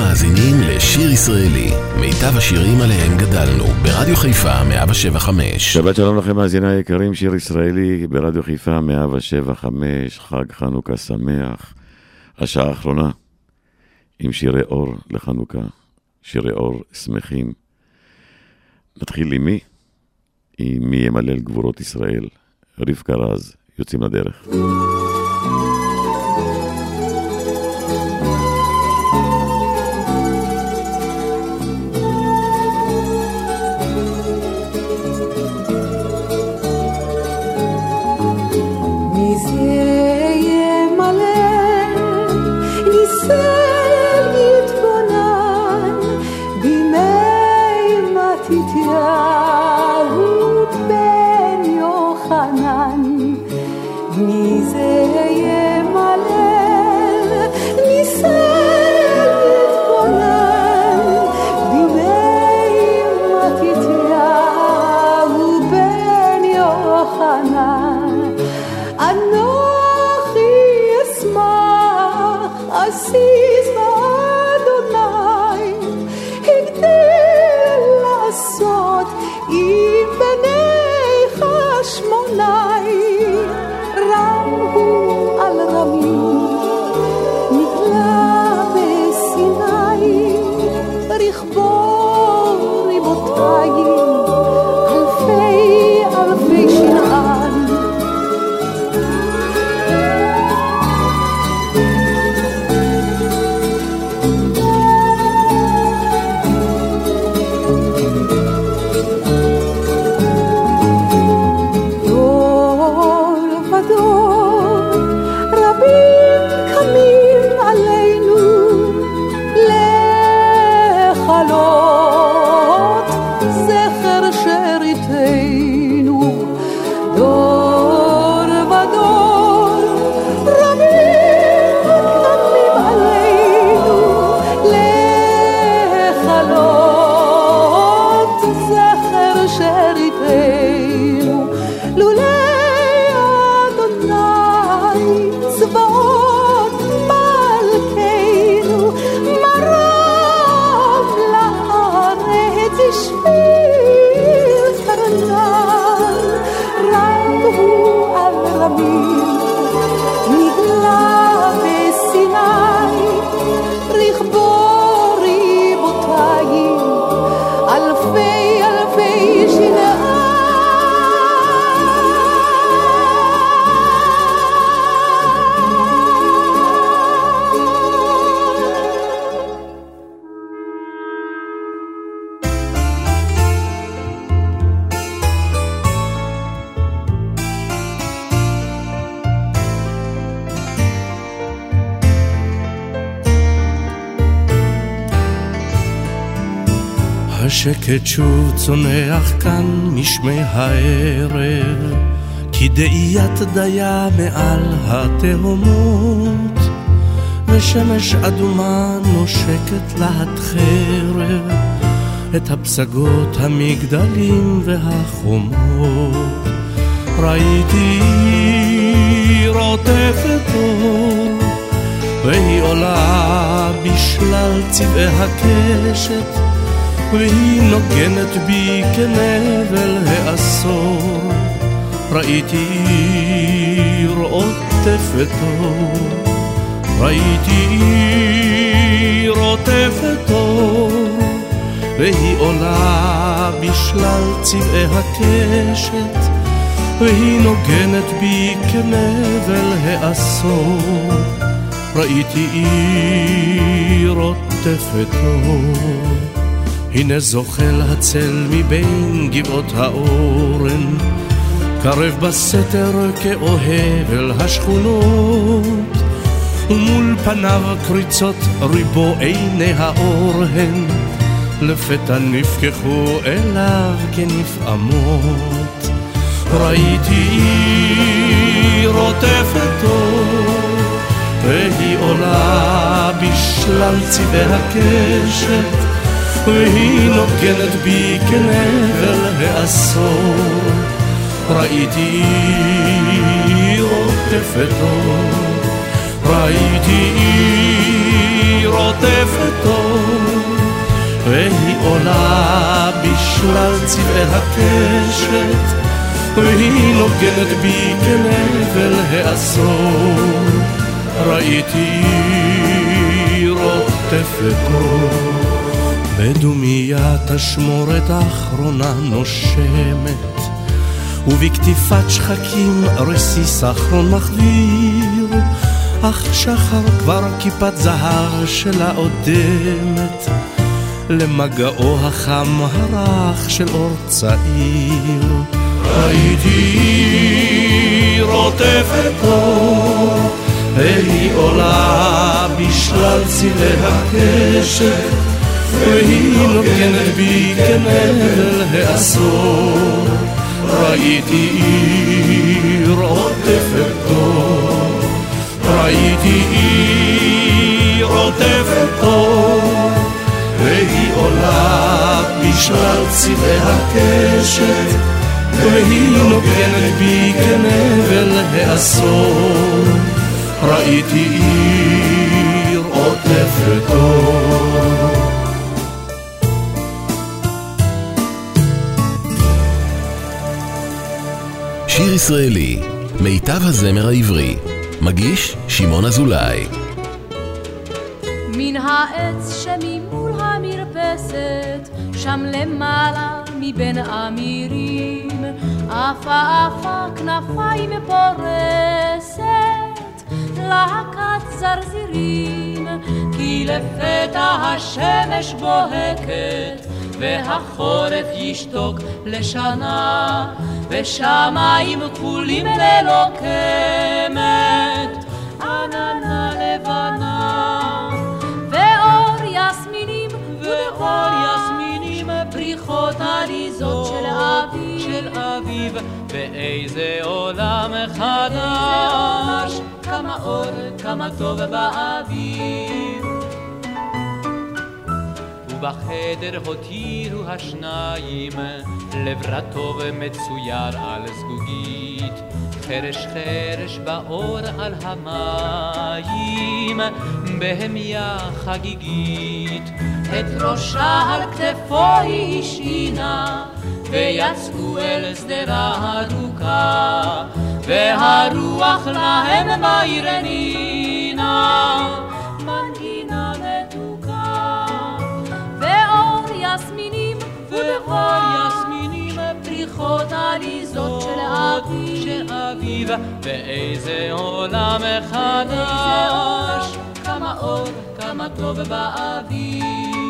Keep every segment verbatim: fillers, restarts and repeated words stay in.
מאזינים לשיר ישראלי, מיטב השירים עליהם גדלנו, ברדיו חיפה מאה שבע חמש. שבת שלום לכם מאזיני היקרים, שיר ישראלי ברדיו חיפה מאה שבע חמש, חג חנוכה שמח. השעה האחרונה עם שירי אור לחנוכה, שירי אור שמחים. נתחיל עם מי? עם מי ימלל גבורות ישראל, רבקה רז, יוצאים לדרך. השקט שוב צונח כאן משמי הערב, כי דאיית דיה מעל התהומות, ושמש אדומה נושקת להט חרב את הפסגות המגדלים והחומות. ראיתי רוטפת אור, והיא עולה בשלל צבעי הקשת, והיא נוגנת בי כנבל העשור. ראיתי עיר עוטפת אור, ראיתי עיר עוטפת אור, והיא עולה בשלל צבעי הקשת, והיא נוגנת בי כנבל העשור. ראיתי עיר עוטפת אור, הנה זוחל הצל מבין גבעות האורן, קרב בסתר כאוהב אל השכונות, ומול פניו קריצות ריבו עיני האור הן, לפתע נפקחו אליו כנפעמות. ראיתי עיר עוטפת אור, והיא עולה בשלל צבעי הקשת, והיא נוגנת בי כנבל העשור. ראיתי עיר עוטפת אור, ראיתי עיר עוטפת אור, והיא עולה בשלל צבעי הקשת, והיא נוגנת בי כנבל העשור. ראיתי רוטפתו בדומיית השמורת האחרונה נושמת, ובכתיפת שחקים רסיס אחרון מחוויר, אך שחר כבר כיפת זהר שלה עודמת למגעו החם הרך של אור צעיר. ראיתי רוטפתו והיא עולה בשלל צבעי הקשת, והיא נוגנת בי כנבל העשור. ראיתי עיר עוטפתו, ראיתי עיר עוטפתו, והיא עולה בשלל צבעי הקשת, והיא נוגנת בי כנבל העשור. ראיתי עיר עוטפתו. שיר ישראלי, מיטב הזמר העברי, מגיש שמעון אזולאי. מן העץ שממול המרפסת, שם למעלה מבין אמירים, עפה עפה כנפיים פורסת, להקת זרזירים, כי לפתע השמש בוהקת, והחורף ישתוק לשנה, ושמיים כחולים ללא קמת, עננה לבנה, ואור יסמינים, ואור יסמינים, פריחות עליזות של אביב, של אביב, ואיזה עולם חדש, כמה אור, כמה טוב באביב. ובחדר הותירו השניים לב רטוב מצויר על זגוגית, חרש חרש באור על המים בהמיה חגיגית. את ראשה על כתפו היא השעינה, ויצאו אל שדרה ארוכה, והרוח להם בעירנינה מנגינה מתוקה. ואור יסמינים, ואור יסמינים, פריחות עליזות של אביב, של אביב, ואיזה עולם חדש, כמה אור, כמה טוב באביב.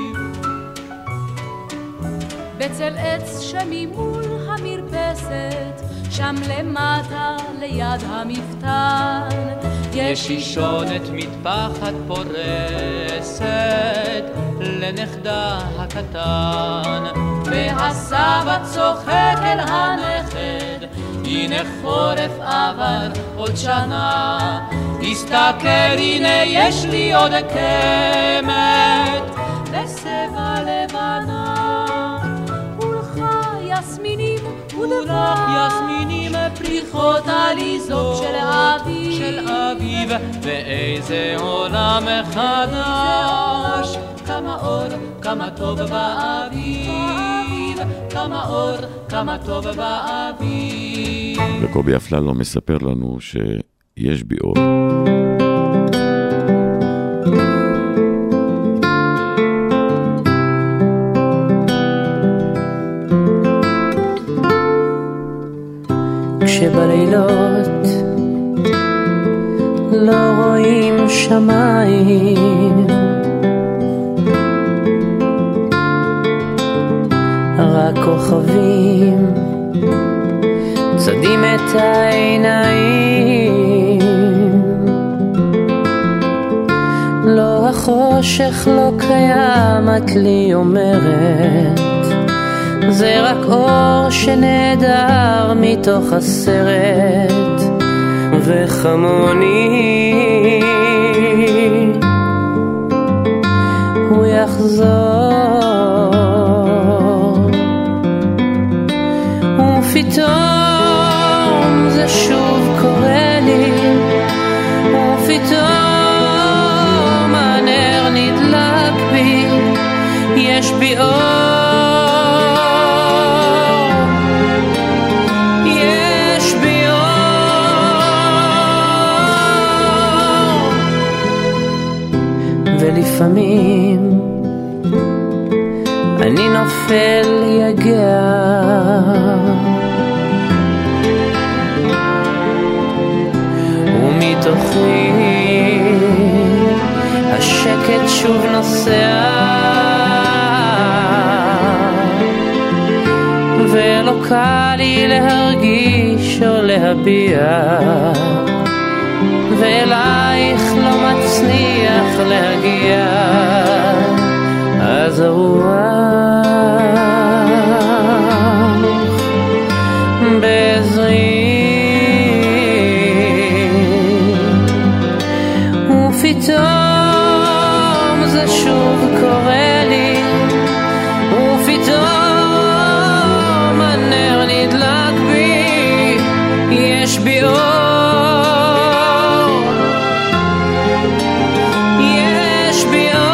בצל עץ שממול המרפסת, שם למטה ליד המפתן, יש אישונת מטפחת פורסת לנכדה הקטן, והסבא צוחק אל הנכד, הנה חורף עבר עוד שנה, תסתכל הנה יש לי עוד קמת וסבע לבנה. יסמינים ודבק יסמינים, פריחות עליזות של אביב, של אביב, ואיזה עולם חדש, כמה אור, כמה טוב באביב, כמה אור, כמה טוב באביב. וקובי אפללו מספר לנו שיש בי אור. כשבלילות לא רואים שמיים, רק כוכבים צדים את העיניים, לא החושך לא קיים, את לי אומרת, זה רק אור שנעדר מתוך הסרט, וכמוני הוא יחזור, ופתאום זה שוב קורה לי, ופתאום הנר נדלק בי, יש בי אור, יש בי אור, ולפעמים אני נופל יגע, ומתוכי השקט שוב נוסע, ולא קל לי להרגיש או להביע, ואלייך לא מצליח להגיע, אז הרוח בעזרי, ופתאום זה שוב קורה לי, ופתאום הנר נדלק בי, יש בי אור, יש בי אור,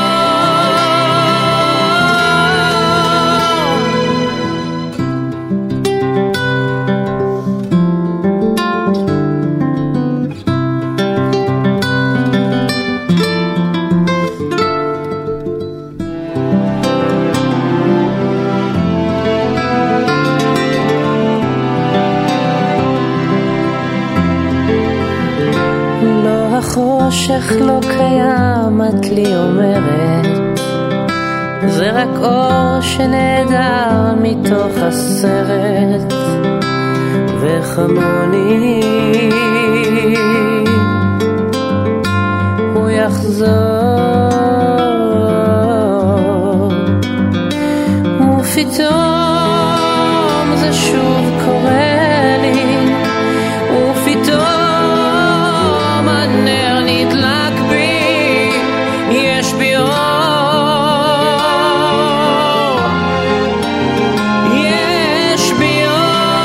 החושך לא קיים, את לי אומרת, זה רק אור שנעדר מתוך הסרט, וכמוני הוא יחזור, ופתאום זה שוב קורה לי, ופתאום הנר נדלק בי, יש בי אור, יש בי אור,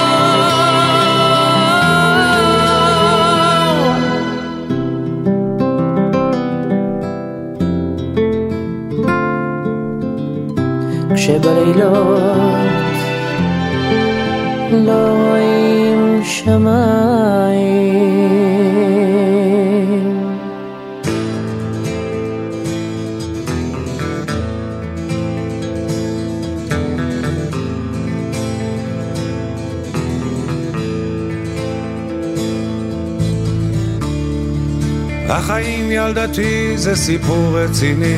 כשבלילות לא רואים שמיים, החיים ילדתי זה סיפור רציני,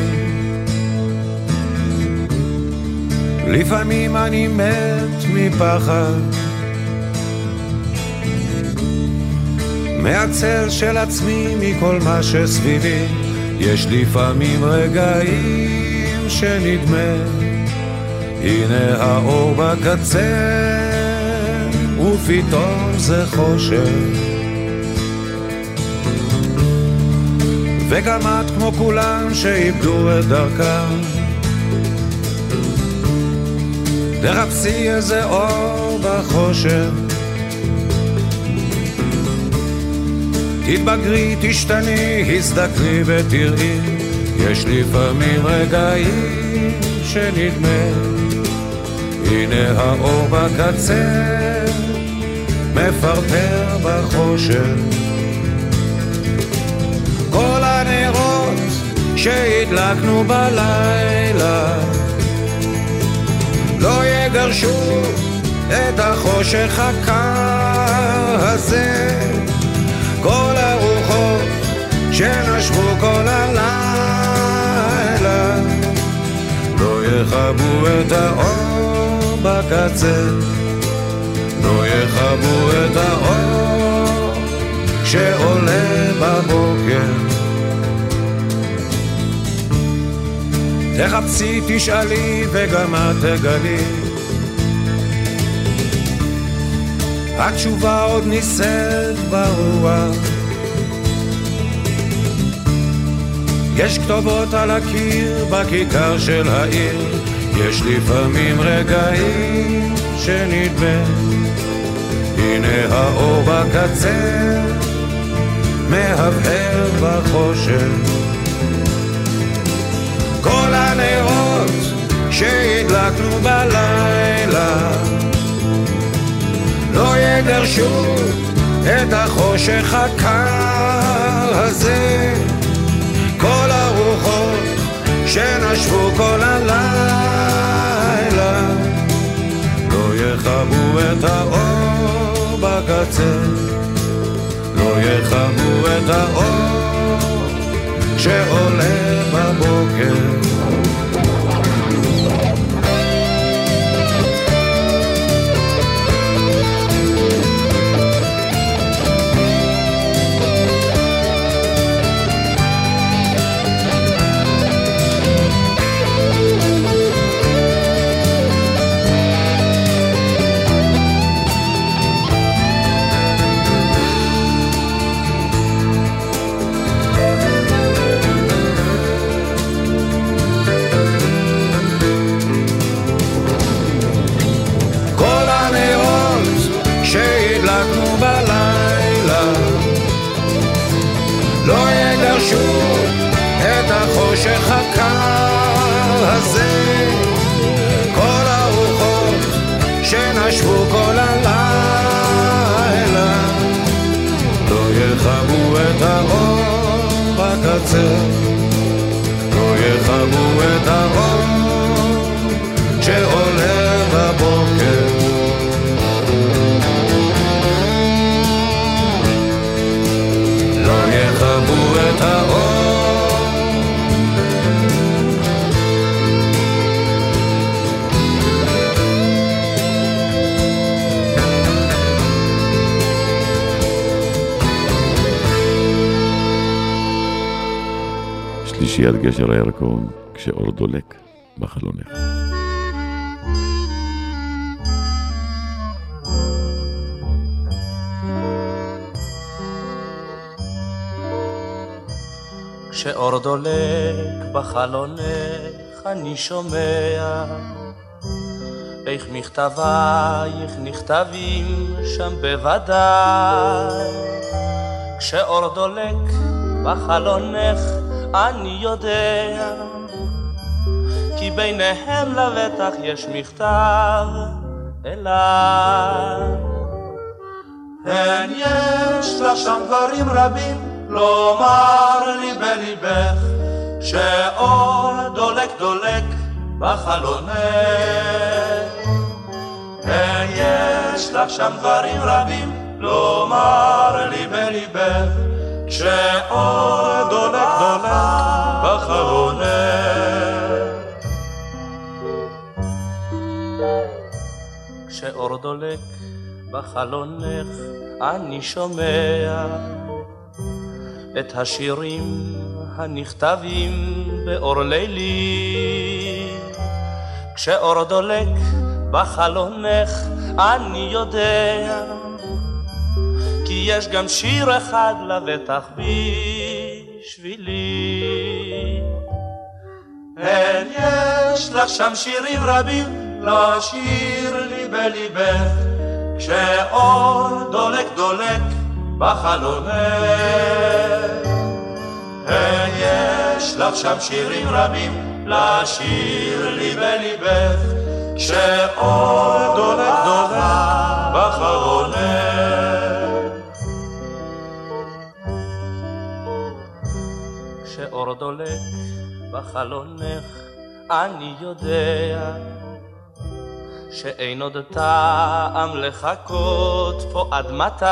לפעמים אני מת מפחד מהצל של עצמי, מכל מה שסביבי, יש לפעמים רגעים שנדמה הנה האור בקצה, ופתאום זה חושך, וגם את כמו כולם שאיבדו את דרכם, תחפשי איזה אור בחושך, תתבגרי, תשתני, הזדקני ותראי, יש לפעמים רגעים שנדמה הנה האור בקצה, מפרפר בחושך, כל הנרות שהדלקנו בלילה לא יגרשו את החושך הקר הזה, כל הרוחות שנשבו כל הלילה לא יכבו את האור בקצה, לא יכבו את האור שעולה בבוקר, תחפשי, תשאלי וגם את תגלי, התשובה עוד ניסית ברוח, יש כתובות על הקיר בכיכר של העיר, יש לפעמים רגעים שנדמה הנה האור בקצה, מהבהר בחושך, כל הנרות שהדלקנו בלילה לא יגרשו את החושך הקר הזה, כל הרוחות שנשבו כל הלילה לא יכבו את האור בקצה, לא יכבו את האור שעולה בבוקר. את החושך הקר הזה, כל הרוחות שנשבו כל הלילה לא יכבו את האור בקצה, לא יכבו את האור שעולה בבוקר. לא יכבו את האור שלישיית גשר הירקון, כשאור דולק בחלונך. כשאור דולק בחלונך אני שומע איך מכתבייך נכתבים שם בוודאי. כשאור דולק בחלונך אני יודע כי ביניהם לבטח יש מכתב אליי. הן יש לך שם דברים רבים לומר לי בליבך, שאור דולק דולק בחלונך. הן יש לך שם דברים רבים לומר לי בליבך, שאור דולק דולק בחלונך. כשאור דולק בחלונך אני שומע את השירים הנכתבים באור לילי. כשאור דולק בחלונך אני יודע כי יש גם שיר אחד לבטח בשבילי. אין יש לך שם שירים רבים לשיר לי בליבך, כשאור דולק דולק בחלונך. אין יש לך שם שירים רבים לשיר לי בליבך, כשאור דולק דולק בחלונך. כשאור דולק בחלונך אני יודע שאין עוד טעם לחכות פה עד מתי.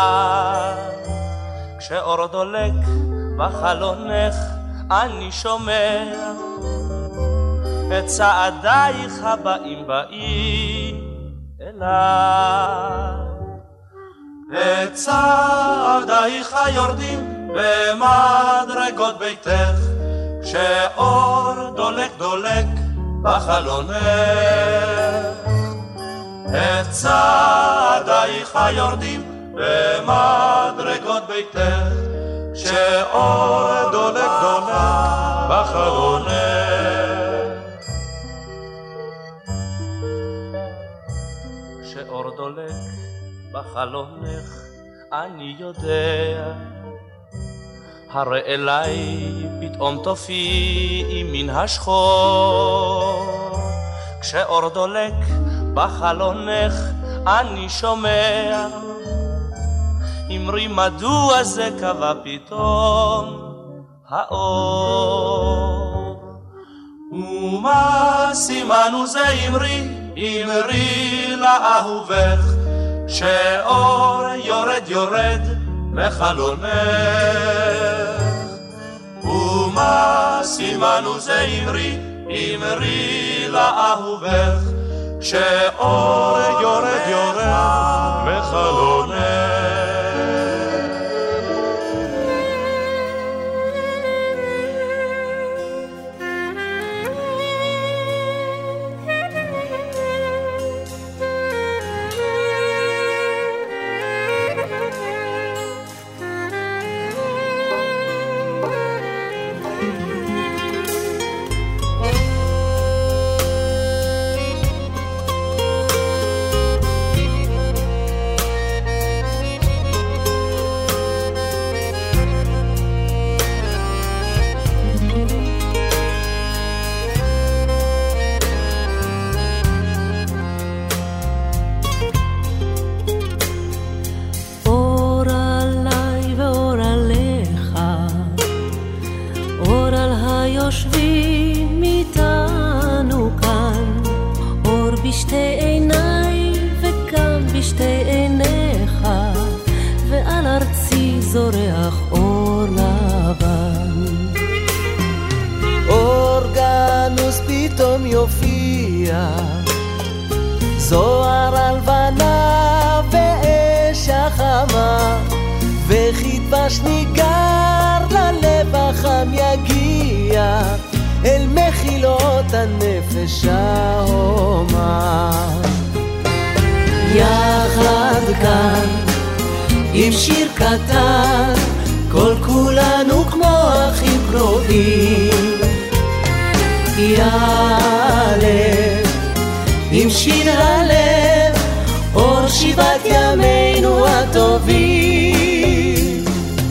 כשאור דולק בחלונך אני שומע את צעדייך הבאים באים אליי. את צעדייך היורדים במדרגות ביתך, כשאור דולק דולק בחלונך. את צעדייך היורדים במדרגות ביתך, כשאור דולק דולק בחלונך. כשאור דולק בחלונך אני יודע הרי אליי פתאום תופיעי מן השחור. כשאור דולק בחלונך אני שומע, אמרי מדוע זה קבע פתאום האור. ומה סימנו זה אמרי, אמרי לאהובך, שאור יורד יורד בחלונך. ומה סימנו זה אמרי, אמרי לאהובך, שאור יורד יורד בחלונך. זורח אור לבן. אורגנוס פתאום יופיע, זוהר הלבנה ואש החמה, וחידבש ניגר ללב החם יגיע, אל מחילות הנפש ההומה. יחד כאן עם שיר קטן, כל כולנו כמו אחים קרובים. יעלה עם שיר הלב, אור שבעת ימינו הטובים.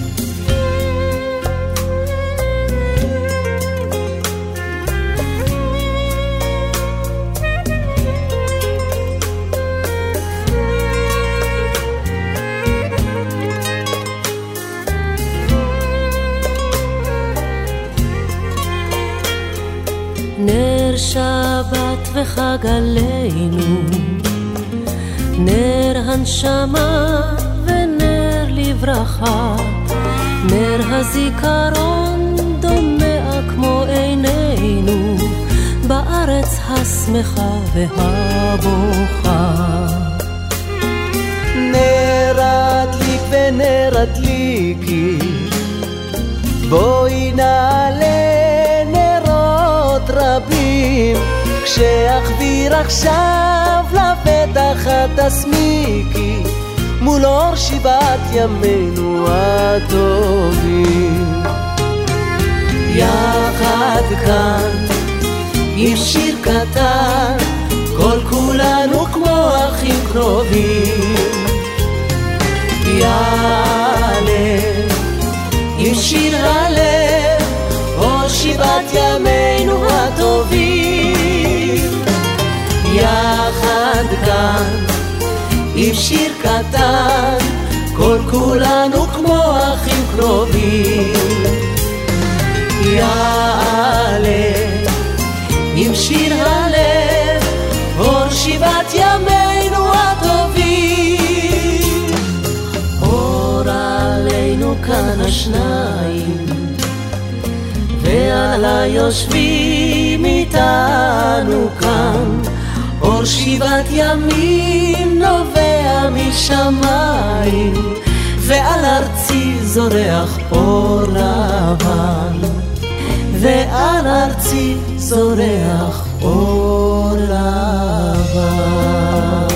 נר שבת וחג עלינו, נר הנשמה ונר לברכה, נר הזיכרון דומע כמו עינינו, בארץ השמחה והבוכה. נר הדליק ונר הדליקי, בואי נעלה רבים, כשאחביר עכשיו לפתח התסמיקי, מול אור שבעת ימינו הטובים. יחד כאן עם שיר קטן, כל כולנו כמו אחים קרובים. יעלה עם שיר הלב, אור שבעת ימינו הטובים. יחד כאן עם שיר קטן, כל כולנו כמו אחים קרובים. יעלה עם שיר הלב, אור שבעת ימינו הטובים. אור עלינו כאן השניים, ועל היושבים איתנו כאן, אור שבעת ימים נובע משמיים, ועל ארצי זורח אור לבן, ועל ארצי זורח אור לבן.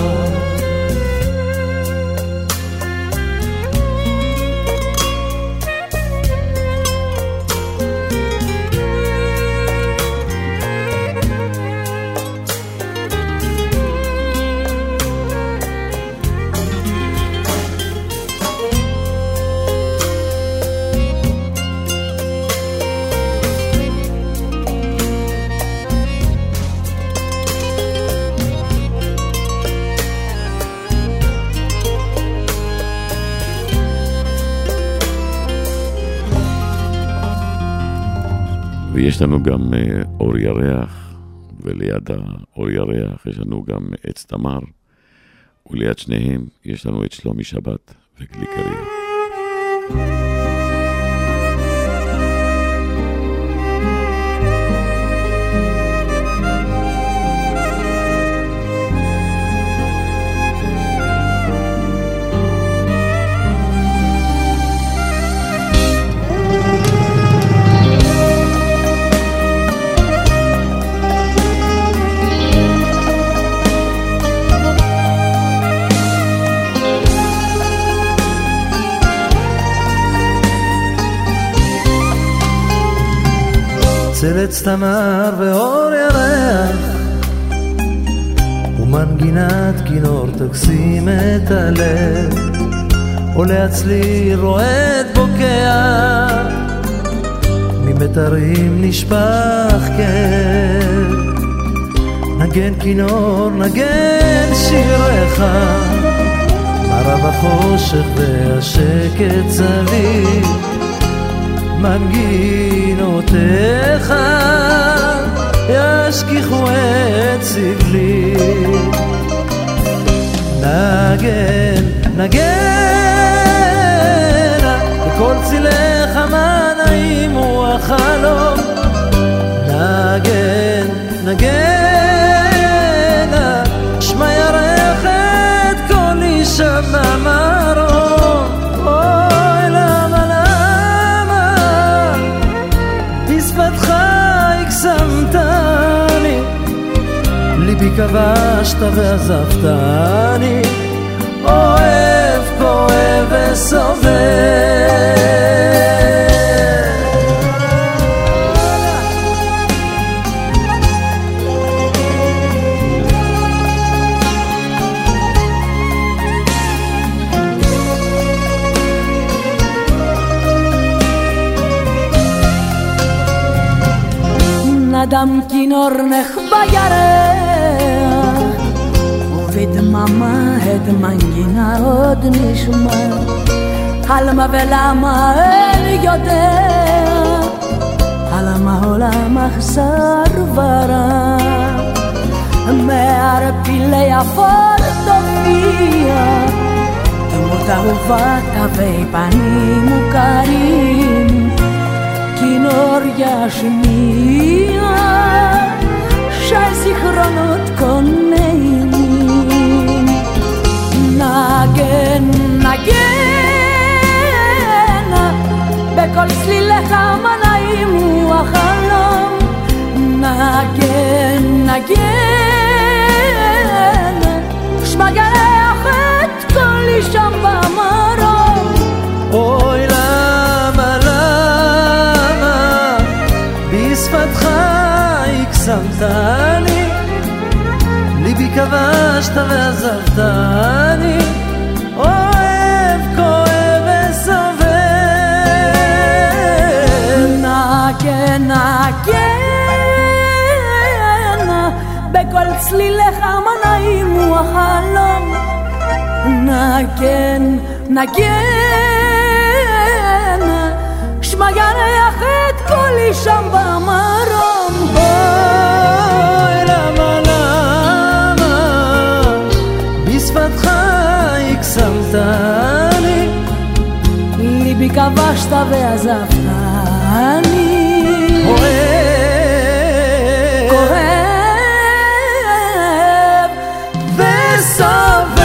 ויש לנו גם אור ירח, וליד האור ירח יש לנו גם עץ תמר, וליד שניהם יש לנו את שלומי שבת וגליקריה. צלץ תמר ואור ירח ומנגינת כינור תקסים את הלב, עולה הצליל רועד בוקע, ממתרים נשפך כאב. נגן כינור נגן שירך, מרב החושך והשקט סביב, מנגינותיך ישכיחו את סבלי. נגן, נגן, בכל צילך מה נעים הוא החלום. נגן, נגן, שמע ירך את כל אישה במרום. אוי למה למה בשפתך הקסמתני, ליבי כבשת ועזבתני, אוהב, כואב וסובל. נדם כינור נחבא ירח, ובדממה את מנגינה עוד נשמע. הלמה ולמה אין יודע, הלמה עולם אכזר ורע. מערפילי אפור תופיע דמות אהובה, תווי פנים מוכרים, כינור ישמיע של זיכרונות כה נעימים. נגן, נגן, בכל צלילך מה נעים הוא החלום. נגן, נגן, שמע ירח את כל אישה במרום. אוי למה למה בשפתך הקסמתני, ליבי כבשת ועזבתני, אוהב, כואב וסובל. נגן, נגן, בכל צלילך מה נעים הוא החלום. נגן, נגן, שמע ירח את כל אישה במרום. אוי למה למה בשפתך הקסמתני, ליבי כבשת ועזבתני, אוהב, כואב וסובל.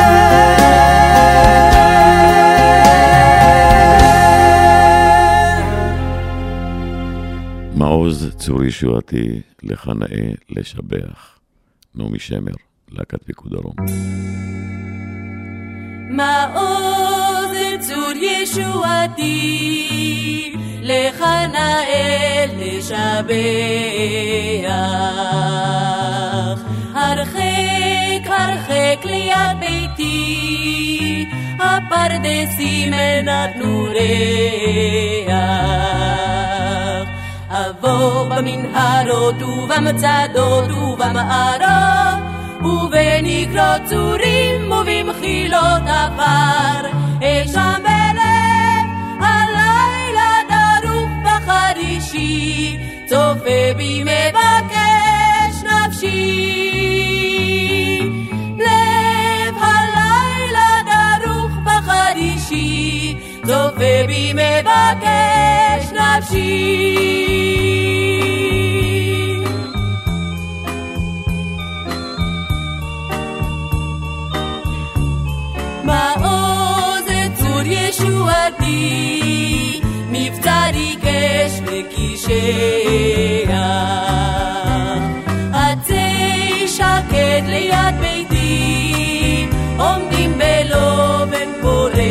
מעוז צור ישועתי, לך נאה לשבח. נעמי שמר, להקת פיקוד דרום. מעוז צור ישועתי, לך נאה לשבח. הרחק הרחק ליד ביתי, הפרדסים נתנו ריח. אבוא במנהרות ובמצדות ובמערות, ובנקרות צורים ובמחילות עפר, אשם בלב הלילה דרוך בחרישי, צופה בי מבקש נפשי לב הלילה דרוך בחדישי צופה בי מבקש נפשי מעוז צור ישועתי מבצרי קש בקישיה עצי שקט ליד ביתי עומדים בלובן פורח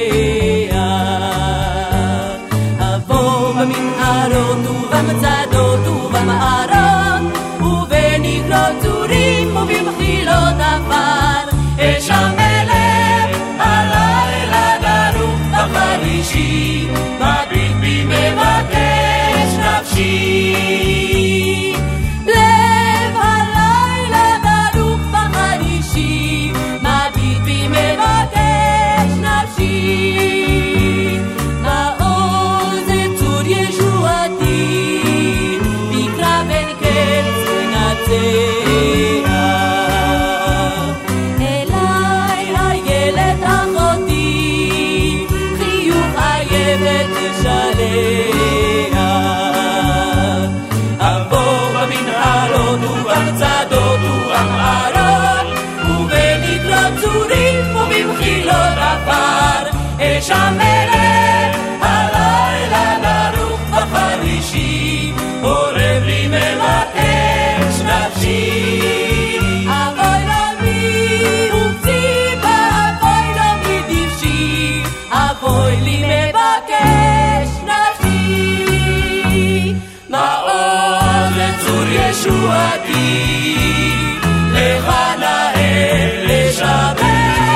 אבוא במנהרות ובמצדות ובמערות ובנגרות צורים ובמחילות עפר אש המלך הלילה דרוך בחרישי מביט בי מבקש נפשי לב הלילה דרוך בחרישי מביט בי מבקש נפשי מעוז צור ישועתי בקרב אין קץ ונצח אבוא במנהרות ובמצדות ובמערות ובנגרות צורים ובמחילות עפר אש המלך הלילה דרוך בחרישי עורב לי מבקש נפשי אבוי לו מי וציפה אבוי לו מי דבשי אבוי לי מבקש נפשי מעוז צור ישועתי לך נאה לשבח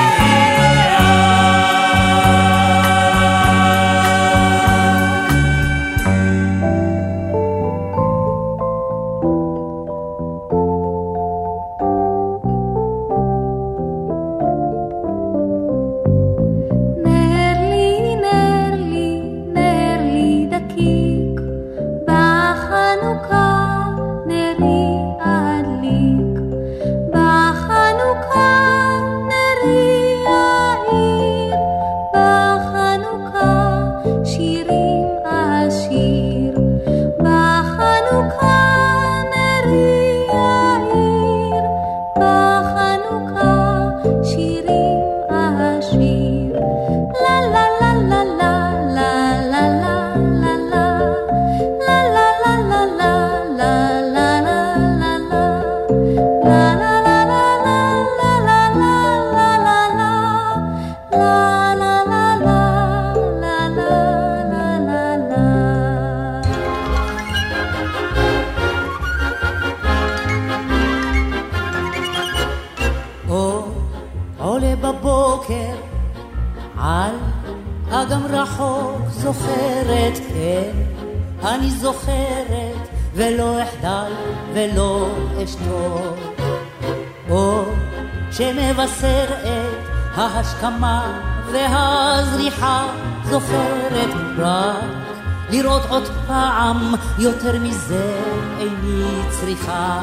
ההשכמה והזריחה זוכרת רק לראות עוד פעם יותר מזה איני צריכה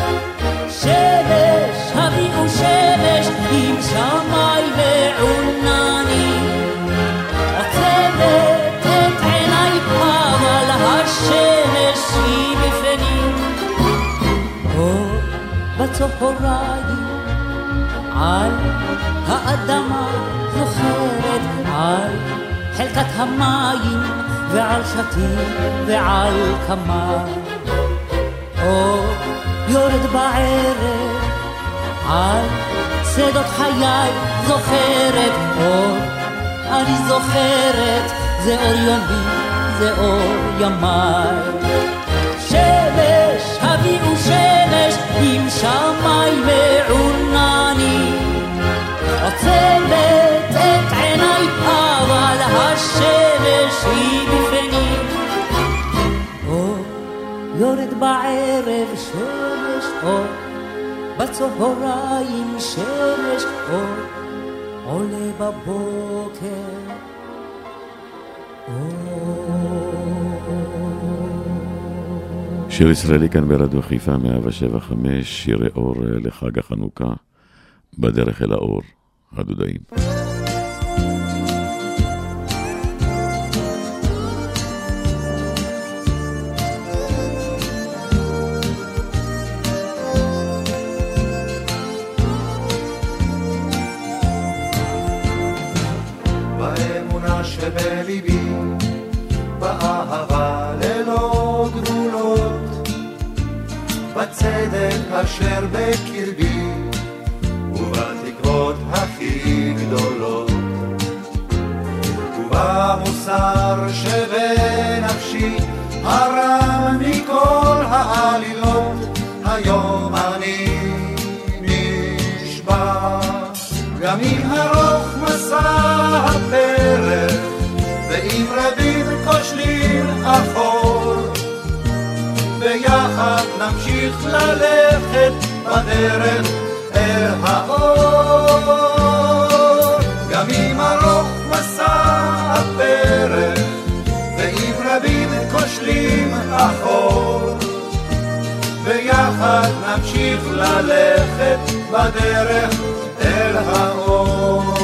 שמש הביאו שמש עם שמי ועונני עוצמת את עיניי אבל השמש היא בפנים או בצהריים על האדמה זוכרת על חלקת המים ועל שתים ועל כמה או יורד בערב על שדות חיי זוכרת או אני זוכרת זה אור יומי זה אור ימי שמש הביאו שמש עם שמי ועונני עוצמת את עיניי אבל השמש היא בפנים או יורד בערב שמש אור בצהריים שמש אור עולה בבוקר אור שיר ישראלי כאן ברדיו חיפה מאה ושבע חמש, שירי אור לחג החנוכה, בדרך אל האור, הדודאים. באמונה שבליבי, באהבה ללא גבולות, בצדק אשר בקרבי ובתקוות הכי גדולות, ובמוסר שבנפשי הרם מכל העלילות. היום אני נשבע, גם אם ארוך מסע הפרך ואם רבים כושלים אחור, ביחד נמשיך ללכת בדרך אל האור. גם אם ארוך מסע הפרך ואם רבים כושלים אחור, ביחד נמשיך ללכת בדרך אל האור.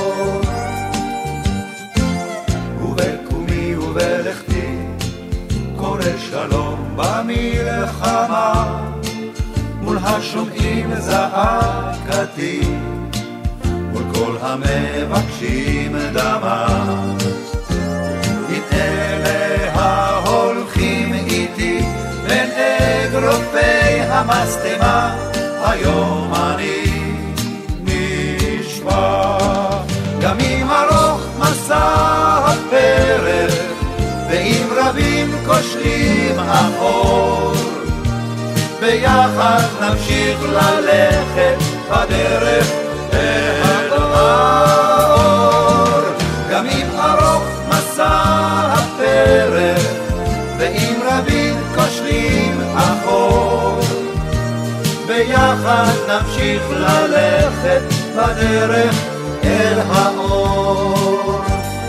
ובקומי ובלכתי קורא שלום במלחמה, מול השומעים זעקתי, מול כל המבקשים דמה. אם אלה ההולכים איתי בין אגרופי המסתמה, היום אני נשבע, גם אם ארוך מסע הפרך ואם רבים כושלים האור, ביחד נמשיך ללכת בדרך אל האור. גם אם ארוך מסע הפרך ואם רבים כושלים האור, ביחד נמשיך ללכת בדרך אל האור.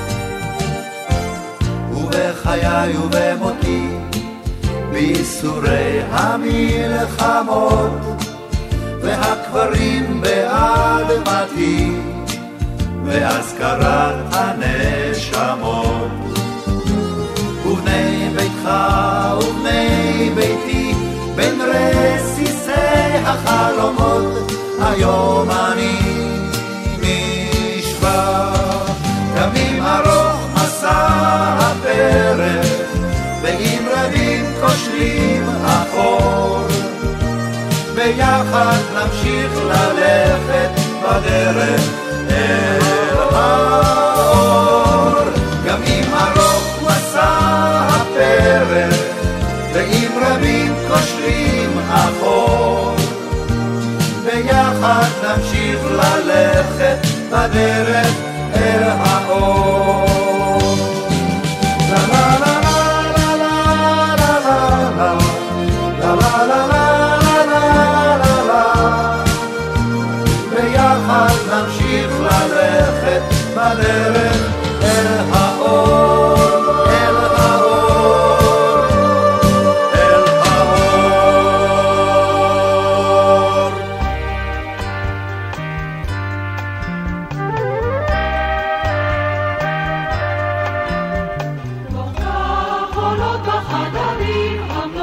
ובחיי ובמותי ביסורי המלחמות והקברים באדמתי והזכרת הנשמות, ובני ביתך ובני ביתי בין רסיסי החלומות, היום אני נשבע, גם אם ארוך מסע הפרך ואם רבים כושלים אחור, ביחד נמשיך ללכת בדרך אל האור. גם אם ארוך מסע הפרך ואם רבים כושלים אחור, ביחד נמשיך ללכת בדרך אל האור. לה לה לה נמשיך ללכת בדרך אל האור, אל האור, אל האור. בוקר חולות בחדרים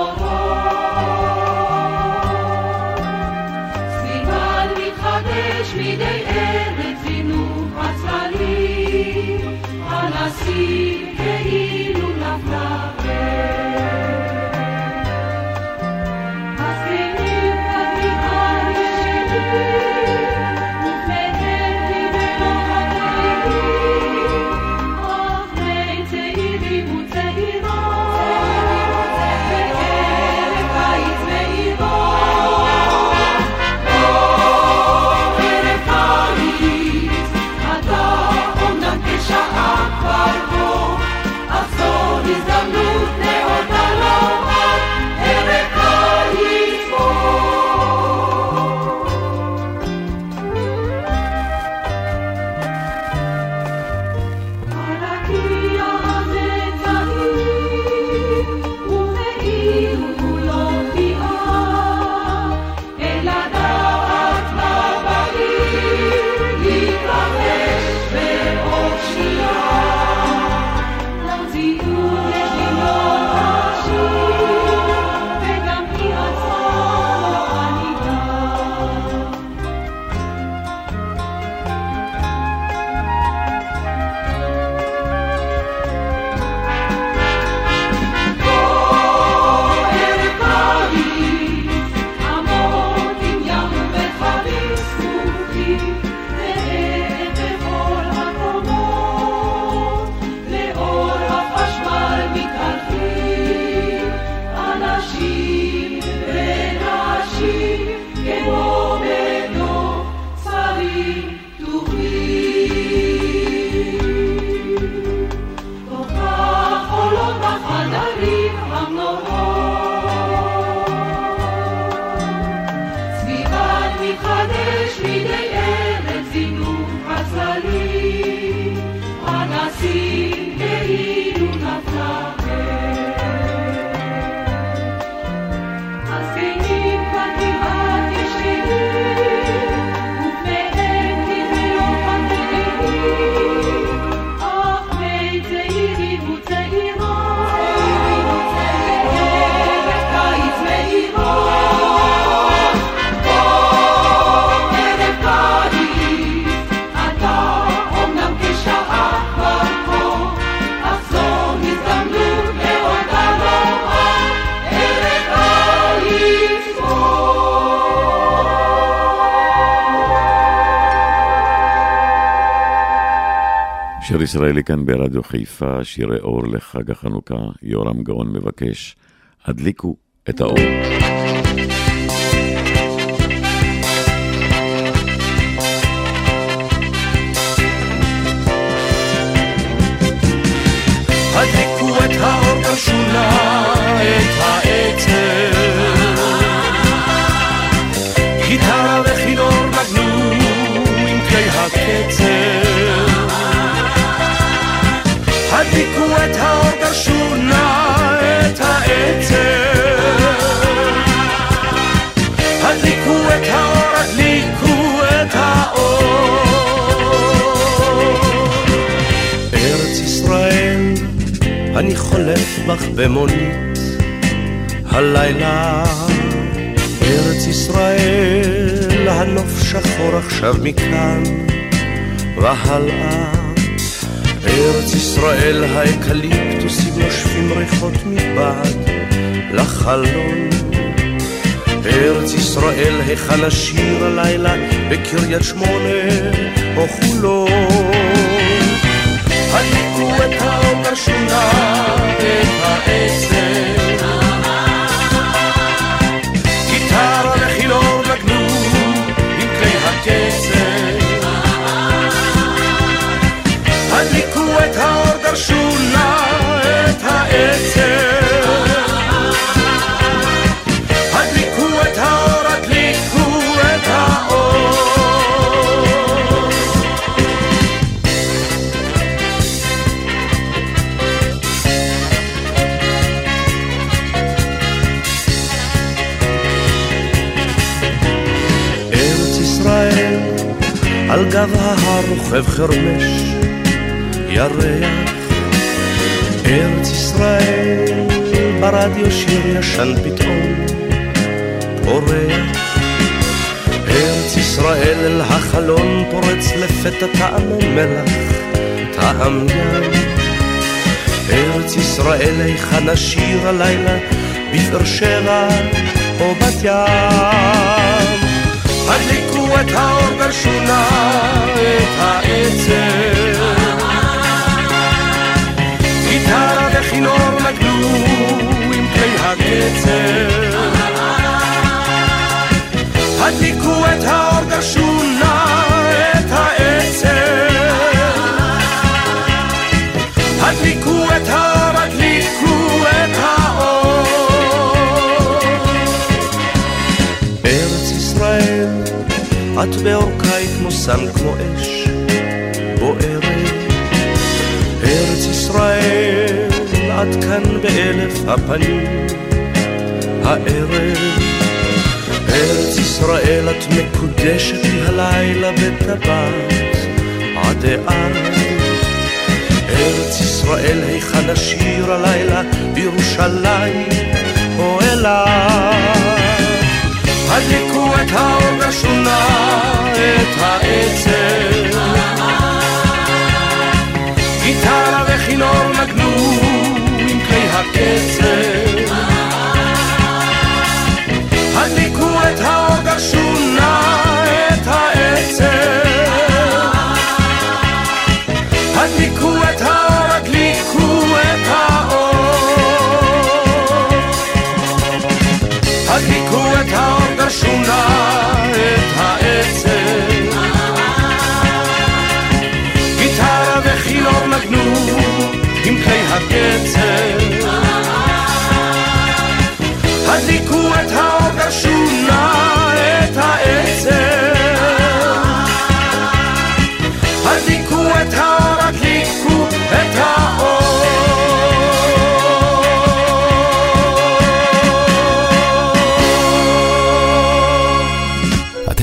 המנורות, סימן מתחדש מדי ערב זינוק הצללים, הנסים כאילו נפלה הזקנים כתיבה ישנים, ופניהם דיברו הצעירים, אך בני צעירים וצעירות, בערב קיץ מאירות, ערב קיץ, אתה אומנם כשעה כבר בו, עצים כאילו נפלה הזקנים בגבעת ישנים ופניהם כחיות הנערים אך מי צעירים וצעירות ערב קיץ מאירות שיר ישראלי כאן ברדיו חיפה, שירי אור לחג החנוכה, יורם גאון מבקש, הדליקו את האור. הדליקו את האור בשולה, את העצר, גיטרה וכינור נגנו עם כלי הקצר. הדליקו את האור בשונה, את העצר, הדליקו את האור, הדליקו את האור. ארץ ישראל, אני חולף בך במונית הלילה, ארץ ישראל, הנוף שחור עכשיו מכאן והלאה, ארץ ישראל האקליפטוסים נושפים ריחות מבעד לחלון, ארץ ישראל היכן השיר הלילה בקריית שמונה או חולון. הדליקו את האור בשונה, את העצר, גיטרה וכינור נגנו עם כלי הקצר. הדליקו את האור דרשונה, את העצר, הדליקו את האור, הדליקו את האור. ארץ ישראל, על גב ההר רוכב חרמש ירח, ארץ ישראל, ברדיו שיר ישן פתאום פורח, ארץ ישראל אל החלון פורץ לפתע טעם מלח, טעם ים, ארץ ישראל היכן השיר הלילה בבאר שבע או בת ים. הדליקו את האור בשונה, את העצר, גיטרה וכינור נגנו עם כלי הקצר. הדליקו את האור בשונה, את העצר, הדליקו את האור, הדליקו את האור. ארץ ישראל, את באורכי כמו סם כמו אש בוערת, ארץ ישראל, עד כאן באלף הפנים הערב, ארץ ישראל, את מקודשת לי הלילה בטבעת עד הערב, ארץ ישראל, היכן השיר הלילה בירושלים או אליו. הדליקו את האור בשונה, את העצר, גיטרה וכינור נגנו עם כלי הקצר. הדליקו את האור בשונה, את העצר, הדליקו את האור, הדליקו את האור.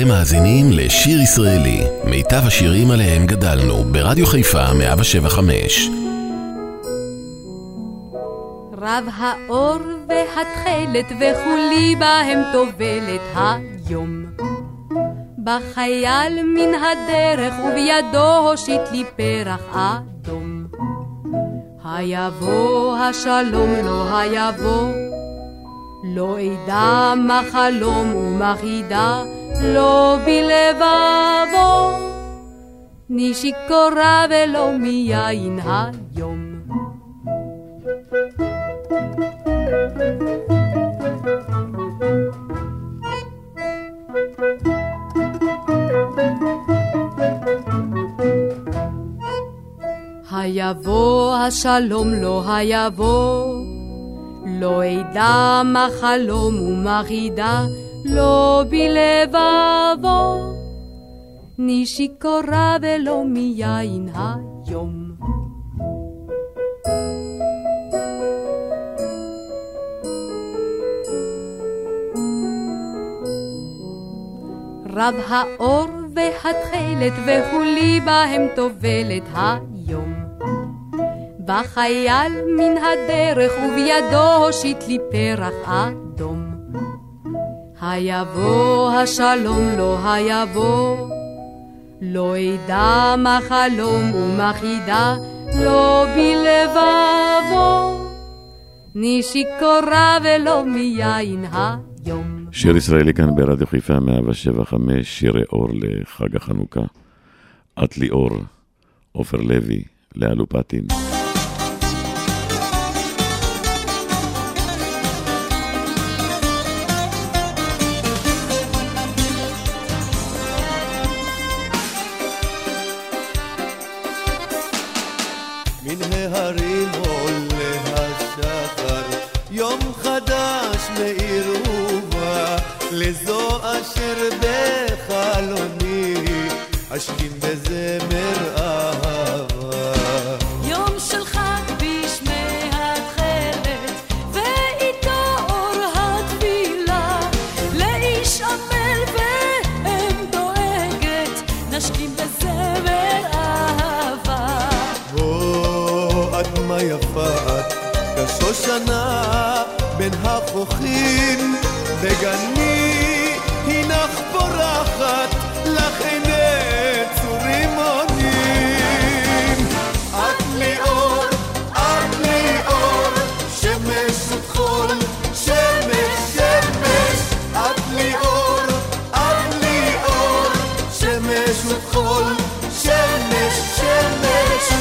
אתם מאזינים לשיר ישראלי, מיטב השירים עליהם גדלנו, ברדיו חיפה מאה שבע חמש. רב האור והתחלת וכולי בהם טובלת היום. בחייל מן הדרך ובידו הושיט לי פרח אדום. היבוא השלום לא היבוא, לא ידע מה חלום ומה חידה, לא בלבבו, נשיקורה ולא מיין היום. היבוא השלום לא היבוא, לא ידע מה חלום ומה חידה, לא בלבבו, נשיקורה ולא מיין היום. רב האור והתחלת וכולי בהם טובלת היום. בחייל מן הדרך ובידו הושיט לי פרח אדום. היבוא השלום לא היבוא, לא ידע מה חלום ומה חידה, לא בלבבו, נשיקורה ולא מיין היום. שיר ישראלי כאן ברדיו חיפה מאה שבע חמש, שירי אור לחג החנוכה. את ליאור, עופר לוי, לאלופטין. מן ההרים עולה השחר, יום חדש מאיר ובא, לזו אשר בחלוני אשכים בזמר אהבה. יום של חג בשמי התחלת, ואיתו אור התפילה, לאיש עמל ואם דואגת, נשכים בזמר אהבה. או, את מה יפה את, כשושנה בין החוכים, בגני הינך פורחת, לך עיני צורים עונים. את ליאור, את ליאור, שמש ותחול, שמש, שמש. את ליאור, את ליאור, שמש ותחול, שמש, שמש.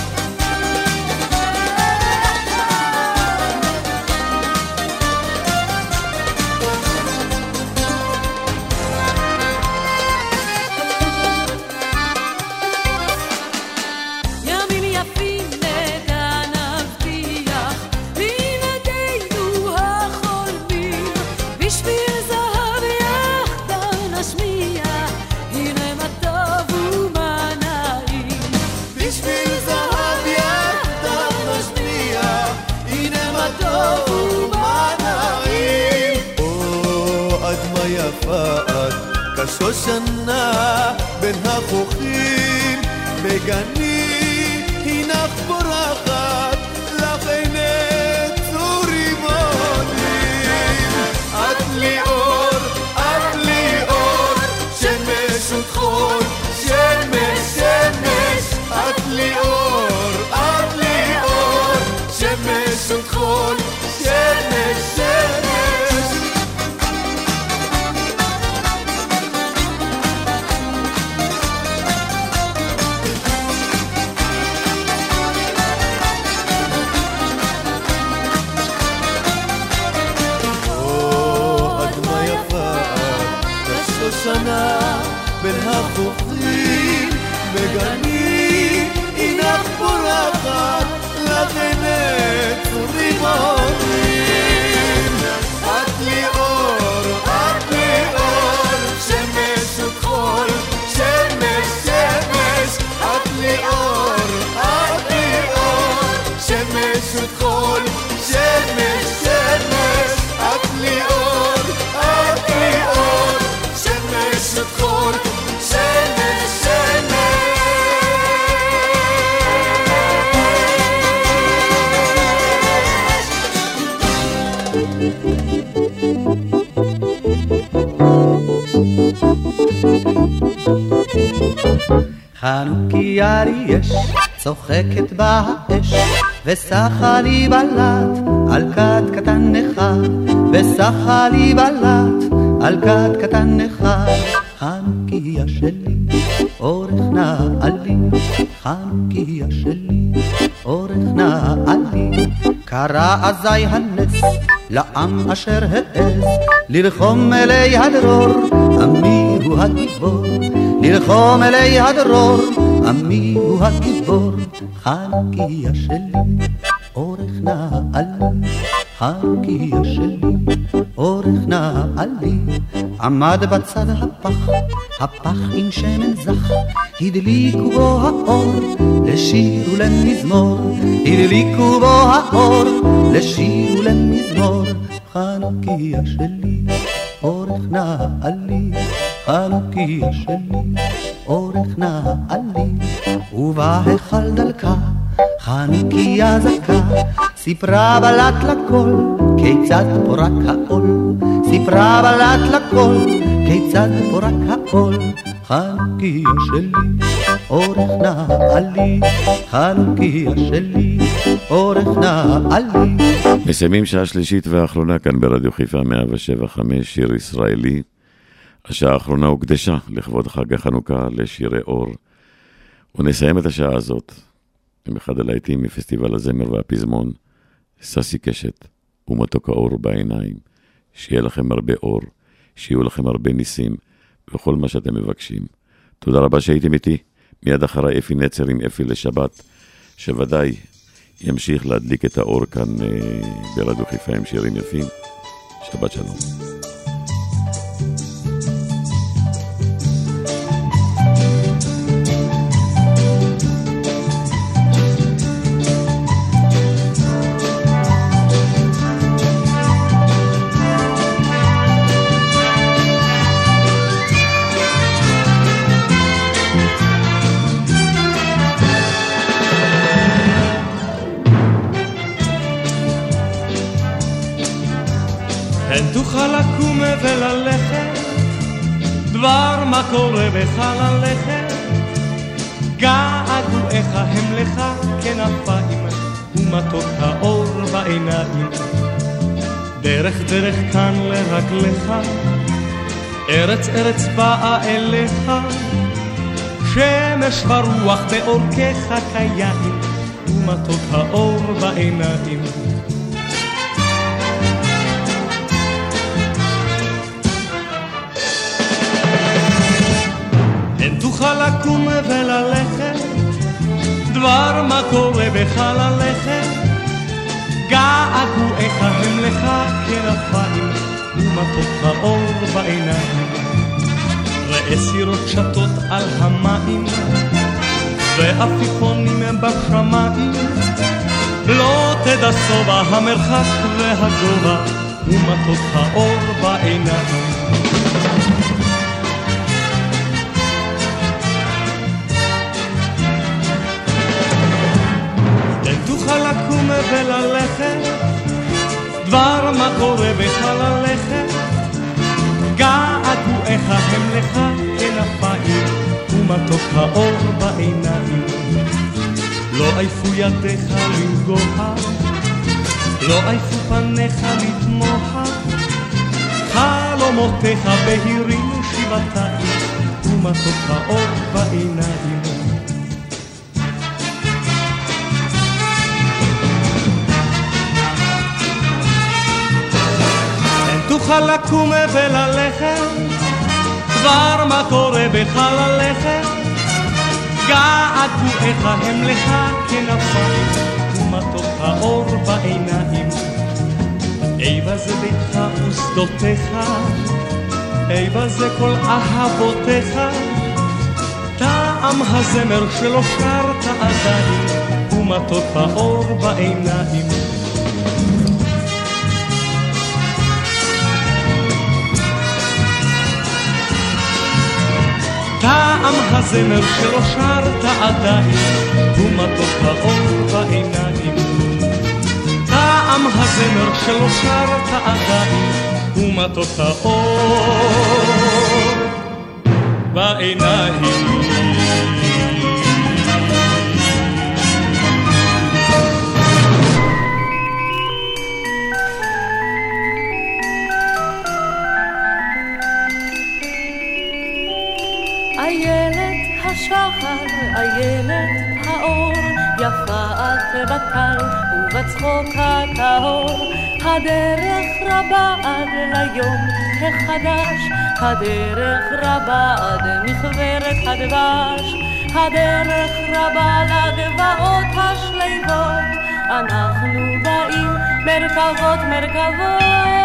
כשושנה בין החוכים, בגני הינך פורחת, לך עיני צורים עונים. את ליאור, את ליאור, שמש ותחול, שמש, שמש. את ליאור, את ליאור, שמש ותחול, שמש, שמש. שנה בין החוכים, בגני הינך פורחת, לך עיני צורים עונים. את ליאור, את ליאור, שמש ותחול, שמש, שמש. את ליאור, את ליאור, שמש ותחול, שמש, שמש. את ליאור, את ליאור, שמש ותחול. חנוכיה לי יש, צוחקת באש, וסחה לי בלט על כד קטן אחד, וסחה לי בלט על כד קטן אחד. חנוכיה שלי, אורך נעלי, חנוכיה שלי, אורך נעלי. קרא אזי הנס לעם אשר העז ללחום אלי הדרור, עמי הוא הגיבור, ללחום אלי הדרור, עמי הוא הגיבור. חנוכיה שלי, אורך נעלי, חנוכיה שלי, אורך נעלי. עמד בצד הפח, הפח עם שמן זך, הדליקו בו האור לשיר ולמזמור, הדליקו בו האור לשיר ולמזמור. חנוכיה שלי, אורך נעלי, חנוכיה שלי, אורך נעלי. ובהיכל דלקה חנוכיה זכה, סיפרה בלט לכל כיצד פורק העול, סיפרה בלט לכל כיצד פורק העול. חנוכיה שלי, אורך נעלי, חנוכיה שלי, אורך נעלי. מסיימים שעה שלישית והאחרונה כאן ברדיו חיפה מאה ושבע חמש, שיר ישראלי. השעה האחרונה הוקדשה לכבוד חג החנוכה לשירי אור, ונסיים את השעה הזאת עם אחד הלהיטים מפסטיבל הזמר והפזמון, ססי קשת ומתוק האור בעיניים. שיהיה לכם הרבה אור, שיהיו לכם הרבה ניסים וכל מה שאתם מבקשים. תודה רבה שהייתם איתי. מיד אחרי אפי נצר עם אפי לשבת, שוודאי ימשיך להדליק את האור כאן אה, ברדיו חיפה עם שירים יפים. שבת שלום. תוכל לקום וללכת, דבר מה קורה בך ללכת, געגועיך הם לך כנפיים ומתוק האור בעיניים. דרך דרך כאן לרגליך, ארץ ארץ באה אליך, שמש ורוח באורכך קיים ומתוק האור בעיניים. תוכל לקום וללכת, דבר מה קורה בך ללכת, געגועיך הם לך כנפיים ומתוק האור בעיניים. ראה סירות שטות על המים ועפיפונים בשמיים, לא תדע סובה המרחק והגובה ומתוק האור בעיניים. תוכל לקום וללכת, דבר מה קורה בך ללכת, געגועיך הם לך כנפיים ומתוק האור בעיניים. לא עייפו ידיך לנגוע, לא עייפו פניך לתמוה, חלומותיך בהירים שבעתיים ומתוק האור בעיניים. תוכל לקום וללכת, דבר מה קורה בך ללכת, געגועיך הם לך כנפיים ומתוק האור בעיניים. איבה זה ביתך ושדותיך, איבה זה כל אהבותיך, טעם הזמר שלא שרת עדיין ומתוק האור בעיניים. טעם הזמר שלא שרת עדיין ומתוק האור בעיניים. טעם הזמר שלא שרת עדיין ומתוק האור בעיניים. איילת השחר, איילת האור, יפה את בטל ובצחוק הטהור. הדרך רבה עד ליום החדש, הדרך רבה עד מכוורת הדבש, הדרך רבה לגבעות השליבות, אנחנו באים מרכבות מרכבות.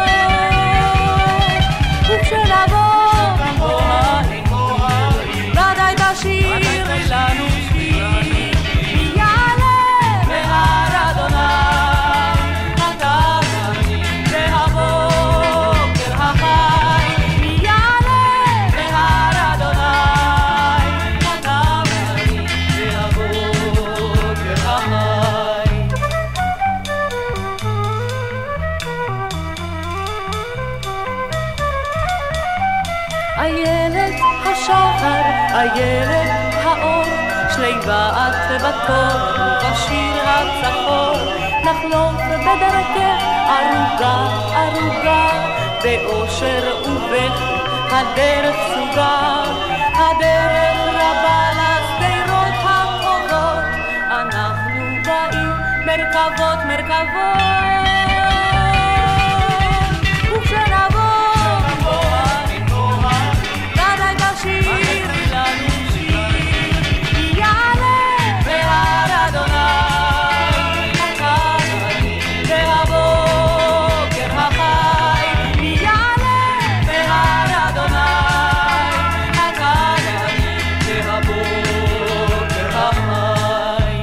וכשנבוא נבוא העיר, ודאי תשאיר לנו שיר, יעלה בהר אדוני, אתה ואני והבוקר החי. יעלה בהר אדוני, אתה ואני והבוקר החי. איילת השחר, איילת האור, שליבה את בתור ובשיר הצחור. נחלוף בדרכך ערוגה ערוגה, באושר ובכי הדרך סוגה. הדרך רבה לשדרות הקרובות, אנחנו באים מרכבות מרכבות. וכשנבוא נבוא שירי לנו שיר, יעלה בהר אדוני, אתה ואני והבוקר החי. יעלה בהר אדוני, אתה ואני והבוקר החי.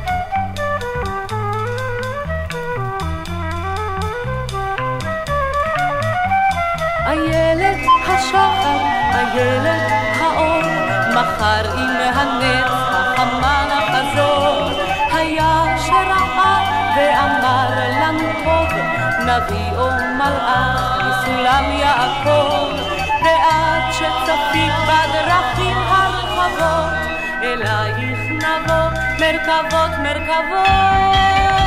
איילת השחר, איילת האור, מחר עם הנץ החמה נחזור. היה שראה ואמר לנו טוב, נביא או מלאך מסולם יעקב. ועד שצפית בדרכים הרחבות, אלייך נבוא מרכבות מרכבות.